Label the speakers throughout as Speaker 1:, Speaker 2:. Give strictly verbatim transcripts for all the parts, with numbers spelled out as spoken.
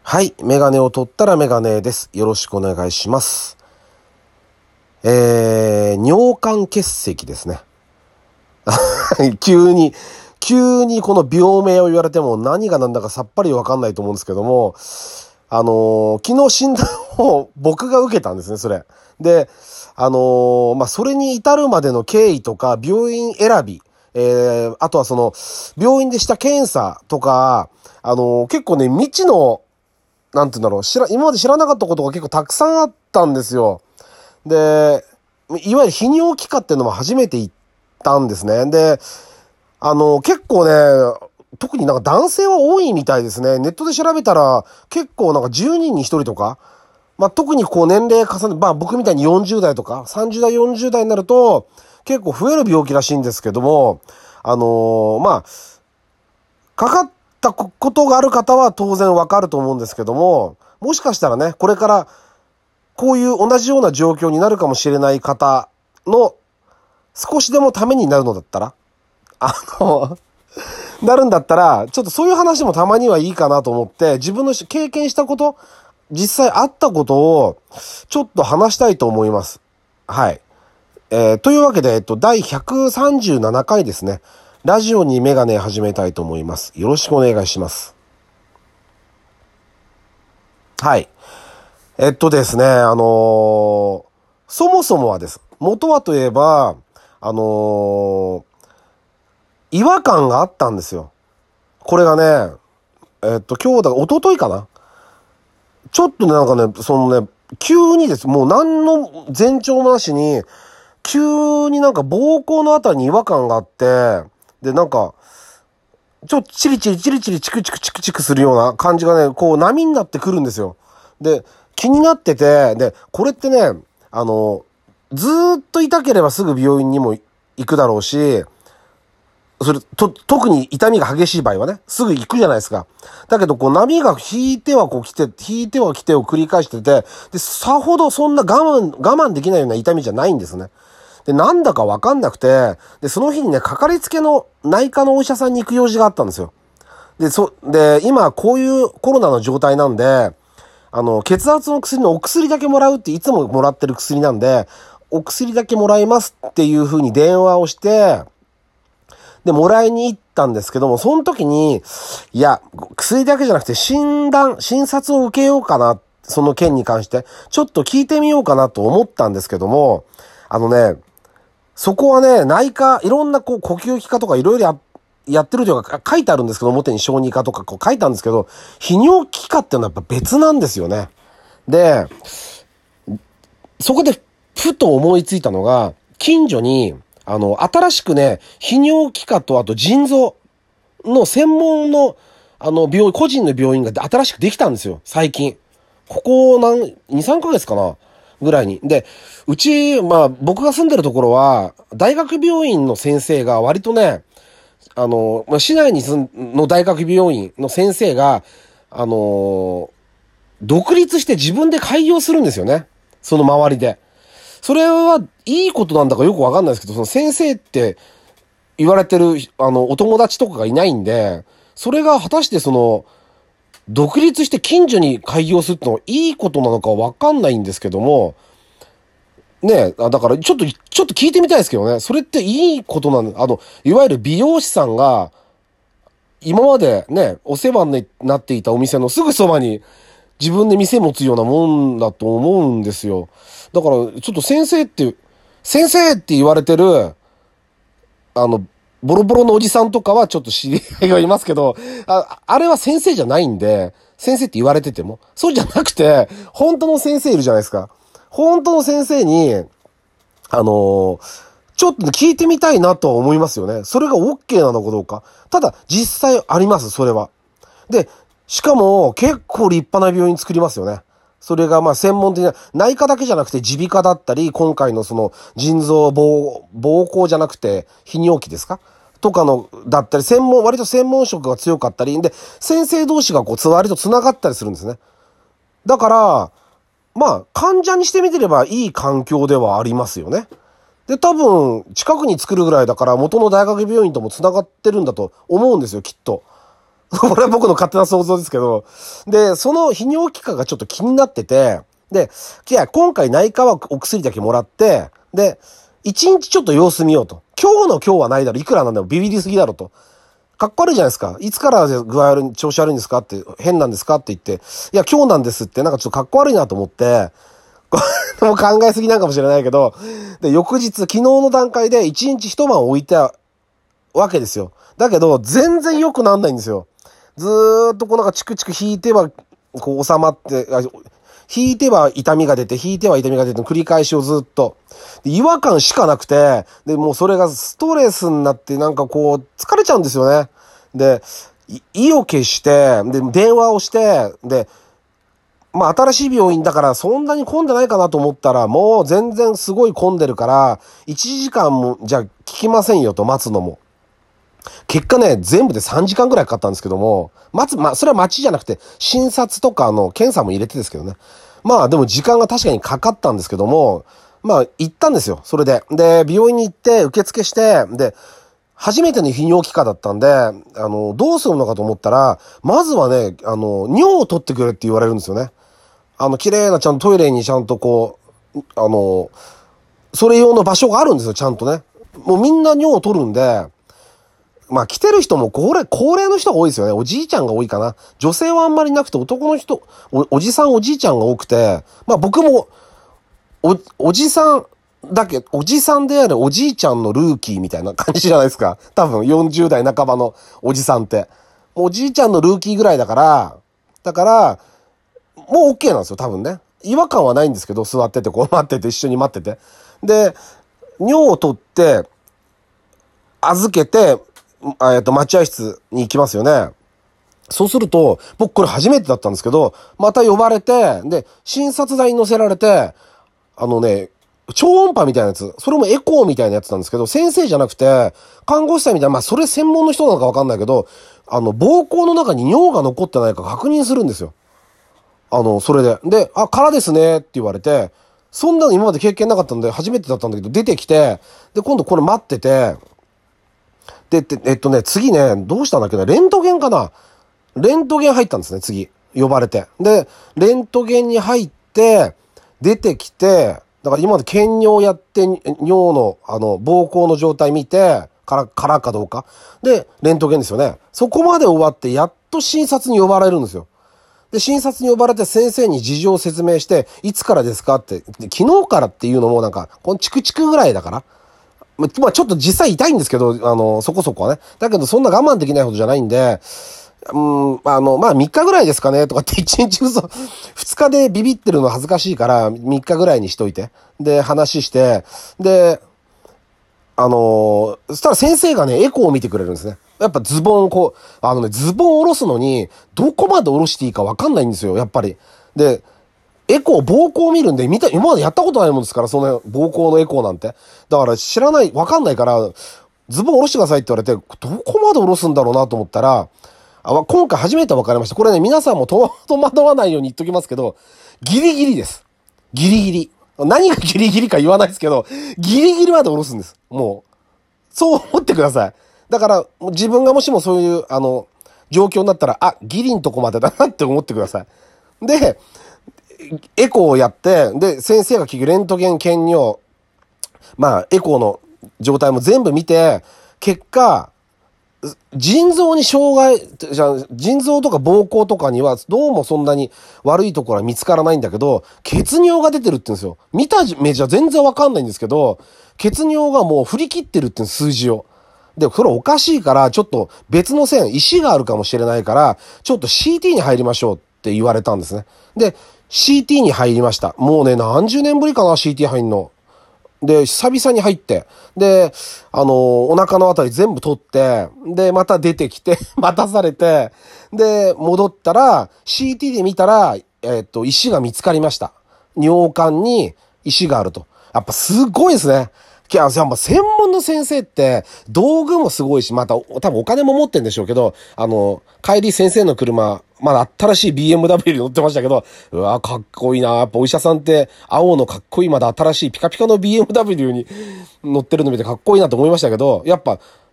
Speaker 1: はい。メガネを取ったらメガネです。よろしくお願いします。えー、尿管結石ですね。急に、急にこの病名を言われても何が何だかさっぱりわかんないと思うんですけども、あのー、昨日診断を僕が受けたんですね、それ。で、あのー、まあ、それに至るまでの経緯とか、病院選び、えー、あとはその、病院でした検査とか、あのー、結構ね、未知の、なんて言うんだろう、知ら、今まで知らなかったことが結構たくさんあったんですよ。で、いわゆる泌尿器科っていうのも初めて行ったんですね。で、あの、結構ね、特になんか男性は多いみたいですね。ネットで調べたら、結構なんかじゅうにんにひとりとか、まあ、特にこう年齢重ね、まあ僕みたいによんじゅう代とか、さんじゅう代、よんじゅう代になると、結構増える病気らしいんですけども、あのー、まあ、かかったことがある方は当然わかると思うんですけども、もしかしたらね、これからこういう同じような状況になるかもしれない方の少しでもためになるのだったら、あの、なるんだったら、ちょっとそういう話もたまにはいいかなと思って、自分の経験したこと、実際あったことをちょっと話したいと思います。はい。えー、というわけで、えっと、だいひゃくさんじゅうななかいですね。ラジオにメガネ始めたいと思います。よろしくお願いします。はい。えっとですね、あのー、そもそもはです。元はといえば、あのー、違和感があったんですよ。これがね、えっと、今日だ、一昨日かな。ちょっとね、なんかね、そのね、急にです。もう何の前兆もなしに、急になんか膀胱のあたりに違和感があって、で、なんか、ちょっとチリチリチリチリチクチクチクチクするような感じがね、こう波になってくるんですよ。で、気になってて、で、これってね、あの、ずーっと痛ければすぐ病院にも行くだろうし、それ、と、特に痛みが激しい場合はね、すぐ行くじゃないですか。だけど、こう波が引いてはこう来て、引いては来てを繰り返してて、で、さほどそんな我慢、我慢できないような痛みじゃないんですね。で、なんだかわかんなくて、で、その日にね、かかりつけの内科のお医者さんに行く用事があったんですよ。で、そ、で、今、こういうコロナの状態なんで、あの、血圧の薬のお薬だけもらうっていつももらってる薬なんで、お薬だけもらいますっていう風に電話をして、で、もらいに行ったんですけども、その時に、いや、薬だけじゃなくて診断、診察を受けようかな、その件に関して、ちょっと聞いてみようかなと思ったんですけども、あのね、そこはね、内科、いろんなこう呼吸器科とかいろいろや、やってるというか書いてあるんですけど、表に小児科とかこう書いてあるんですけど、泌尿器科っていうのはやっぱ別なんですよね。で、そこでふと思いついたのが、近所に、あの、新しくね、泌尿器科とあと腎臓の専門の、あの、病院、個人の病院が新しくできたんですよ、最近。ここ何、に、さんかげつかなぐらいに。で、うち、まあ、僕が住んでるところは、大学病院の先生が割とね、あの、まあ、市内に住ん、の大学病院の先生が、あの、独立して自分で開業するんですよね。その周りで。それはいいことなんだかよくわかんないですけど、その先生って言われてる、あの、お友達とかがいないんで、それが果たしてその、独立して近所に開業するってのはいいことなのかわかんないんですけども、ねえ、だからちょっと、ちょっと聞いてみたいですけどね、それっていいことなの？あの、いわゆる美容師さんが、今までね、お世話になっていたお店のすぐそばに自分で店持つようなもんだと思うんですよ。だから、ちょっと先生って、先生って言われてる、あの、ボロボロのおじさんとかはちょっと知り合いがいますけど、あ、あれは先生じゃないんで、先生って言われてても、そうじゃなくて、本当の先生いるじゃないですか。本当の先生に、あのー、ちょっと聞いてみたいなとは思いますよね。それが OK なのかどうか。ただ、実際あります、それは。で、しかも、結構立派な病院作りますよね。それがまあ専門的な、内科だけじゃなくて耳鼻科だったり、今回のその腎臓、膀、膀胱じゃなくて泌尿器ですかとかの、だったり、専門、割と専門職が強かったり、で、先生同士がこう、割と繋がったりするんですね。だから、まあ、患者にしてみてればいい環境ではありますよね。で、多分、近くに作るぐらいだから、元の大学病院とも繋がってるんだと思うんですよ、きっと。 これは僕の勝手な想像ですけど。で、その泌尿器科がちょっと気になってて、で、いや、今回内科はお薬だけもらって、で、一日ちょっと様子見ようと。今日の今日はないだろ。いくらなんでもビビりすぎだろと。かっこ悪いじゃないですか。いつから具合悪い、調子悪いんですかって、変なんですかって言って、いや、今日なんですって、なんかちょっとかっこ悪いなと思って、もう考えすぎなんかもしれないけど、で、翌日、昨日の段階で一日一晩置いたわけですよ。だけど、全然良くなんないんですよ。ずーっとこうなんかチクチク引いては、こう収まって、引いては痛みが出て、引いては痛みが出ての繰り返しをずっと。違和感しかなくて、で、もうそれがストレスになってなんかこう疲れちゃうんですよね。で、意を決して、で、電話をして、で、まあ新しい病院だからそんなに混んでないかなと思ったら、もう全然すごい混んでるから、いちじかんも、じゃあ聞きませんよと待つのも。結果ね、全部でさんじかんぐらいかかったんですけども、待つ、まあ、それは待ちじゃなくて、診察とかあの、検査も入れてですけどね。まあ、でも時間が確かにかかったんですけども、まあ、行ったんですよ、それで。で、病院に行って、受付して、で、初めての泌尿器科だったんで、あの、どうするのかと思ったら、まずはね、あの、尿を取ってくれって言われるんですよね。あの、綺麗なちゃんとトイレにちゃんとこう、あの、それ用の場所があるんですよ、ちゃんとね。もうみんな尿を取るんで、まあ来てる人も高齢、高齢の人が多いですよね。おじいちゃんが多いかな。女性はあんまりなくて男の人、お、おじさんおじいちゃんが多くて、まあ僕も、お、おじさんだけ、おじさんであるおじいちゃんのルーキーみたいな感じじゃないですか。多分よんじゅう代半ばのおじさんって。おじいちゃんのルーキーぐらいだから、だから、もう OK なんですよ、多分ね。違和感はないんですけど、座ってて、こう待ってて、一緒に待ってて。で、尿を取って、預けて、えっと、待合室に行きますよね。そうすると、僕これ初めてだったんですけど、また呼ばれて、で、診察台に乗せられて、あのね、超音波みたいなやつ、それもエコーみたいなやつなんですけど、先生じゃなくて、看護師さんみたいな、まあそれ専門の人なのかわかんないけど、あの、膀胱の中に尿が残ってないか確認するんですよ。あの、それで。で、あ、空ですねって言われて、そんなの今まで経験なかったんで、初めてだったんだけど、出てきて、で、今度これ待ってて、で、で、えっとね、次ね、どうしたんだっけな、レントゲンかな。レントゲン入ったんですね、次。呼ばれて。で、レントゲンに入って、出てきて、だから今まで検尿やって、尿の、あの、膀胱の状態見て、から、からかどうか。で、レントゲンですよね。そこまで終わって、やっと診察に呼ばれるんですよ。で、診察に呼ばれて先生に事情を説明して、いつからですかって、昨日からっていうのもなんか、このチクチクぐらいだから。まあ、ちょっと実際痛いんですけど、あの、そこそこはね。だけど、そんな我慢できないほどじゃないんで、うん、あの、まあ、みっかぐらいですかね、とかっていちにち嘘、ふつかでビビってるの恥ずかしいから、みっかぐらいにしといて。で、話して、で、あのそしたら先生がね、エコーを見てくれるんですね。やっぱズボンこう、あのね、ズボンを下ろすのに、どこまで下ろしていいかわかんないんですよ、やっぱり。で、エコー、膀胱を見るんで、見た、今までやったことないもんですから、その膀胱のエコーなんて。だから知らない、わかんないから、ズボン下ろしてくださいって言われて、どこまで下ろすんだろうなと思ったら、あ、今回初めて分かりました。これね、皆さんも戸惑わないように言っときますけど、ギリギリです。ギリギリ。何がギリギリか言わないですけど、ギリギリまで下ろすんです。もう。そう思ってください。だから、自分がもしもそういう、あの、状況になったら、あ、ギリんとこまでだなって思ってください。で、エコーをやって、で、先生が聞くレントゲン検尿、まあ、エコーの状態も全部見て、結果、腎臓に障害、じゃ腎臓とか膀胱とかにはどうもそんなに悪いところは見つからないんだけど、血尿が出てるって言うんですよ。見た目じゃ全然わかんないんですけど、血尿がもう振り切ってるっていう数字を。で、それおかしいから、ちょっと別の線、石があるかもしれないから、ちょっと シーティー に入りましょうって言われたんですね。で、シーティー に入りました。もうね、何十年ぶりかな、シーティー 入んの。で、久々に入って、で、あの、お腹のあたり全部取って、で、また出てきて、待たされて、で、戻ったら、シーティー で見たら、えっと、石が見つかりました。尿管に石があると。やっぱすごいですね。いや、やっぱ専門の先生って、道具もすごいし、また、多分お金も持ってんでしょうけど、あの、帰り先生の車、まだ新しい ビーエムダブリュー に乗ってましたけど、うわ、かっこいいな。やっぱお医者さんって、青のかっこいい、まだ新しいピカピカの ビーエムダブリュー に乗ってるの見てかっこいいなと思いましたけど、やっぱ、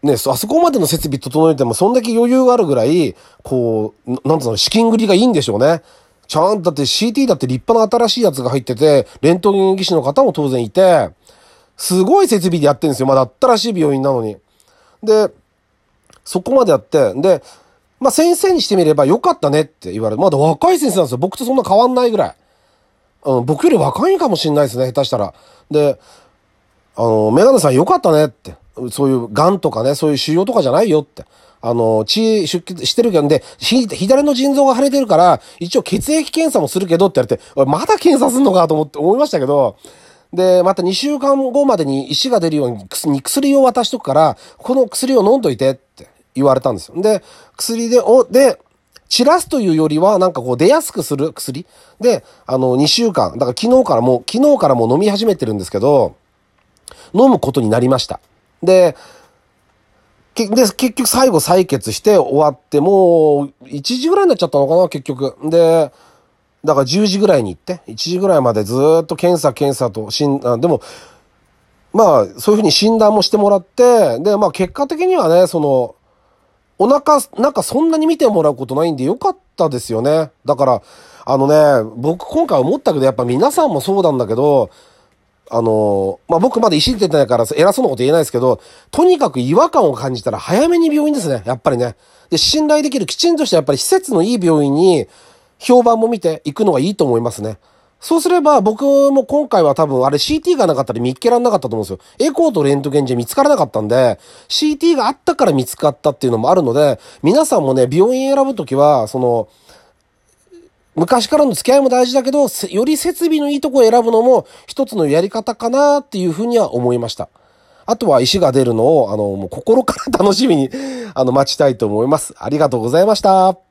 Speaker 1: ね、そあそこまでの設備整えてもそんだけ余裕があるぐらい、こう、ななんつうの、資金繰りがいいんでしょうね。ちゃんとだって シーティー だって立派な新しいやつが入ってて、レントゲン技師の方も当然いて、すごい設備でやってるんですよ。まだ新しい病院なのに。で、そこまでやって、で、まあ、先生にしてみればよかったねって言われる。まだ若い先生なんですよ。僕とそんな変わんないぐらい。うん、僕より若いかもしれないですね、下手したら。で、あの、メガネさんよかったねって。そういう癌とかね、そういう腫瘍とかじゃないよって。あの、血出血してるけど、で、ひ左の腎臓が腫れてるから、一応血液検査もするけどって言われて、俺まだ検査すんのかと思って思いましたけど、で、またにしゅうかんごまでに石が出るように薬を渡しとくから、この薬を飲んどいてって言われたんですよ。で、薬で、お、で、散らすというよりは、なんかこう出やすくする薬で、あの、にしゅうかん、だから昨日からもう、昨日からもう飲み始めてるんですけど、飲むことになりました。で、けで、結局最後採血して終わって、もういちじぐらいになっちゃったのかな、結局。で、だからじゅうじぐらいに行って、いちじぐらいまでずーっと検査検査と、しん、あ、でも、まあ、そういうふうに診断もしてもらって、で、まあ結果的にはね、その、お腹、なんかそんなに見てもらうことないんでよかったですよね。だから、あのね、僕今回思ったけど、やっぱ皆さんもそうなんだけど、あの、まあ、僕まだ石出てないから偉そうなこと言えないですけど、とにかく違和感を感じたら早めに病院ですね。やっぱりね。で、信頼できるきちんとしたやっぱり施設のいい病院に評判も見ていくのがいいと思いますね。そうすれば僕も今回は多分あれ シーティー がなかったら見っけられなかったと思うんですよ。エコーとレントゲンじゃ見つからなかったんで、シーティー があったから見つかったっていうのもあるので、皆さんもね、病院選ぶときは、その、昔からの付き合いも大事だけど、より設備のいいとこを選ぶのも一つのやり方かなっていうふうには思いました。あとは石が出るのを、あの、もう心から楽しみに、あの、待ちたいと思います。ありがとうございました。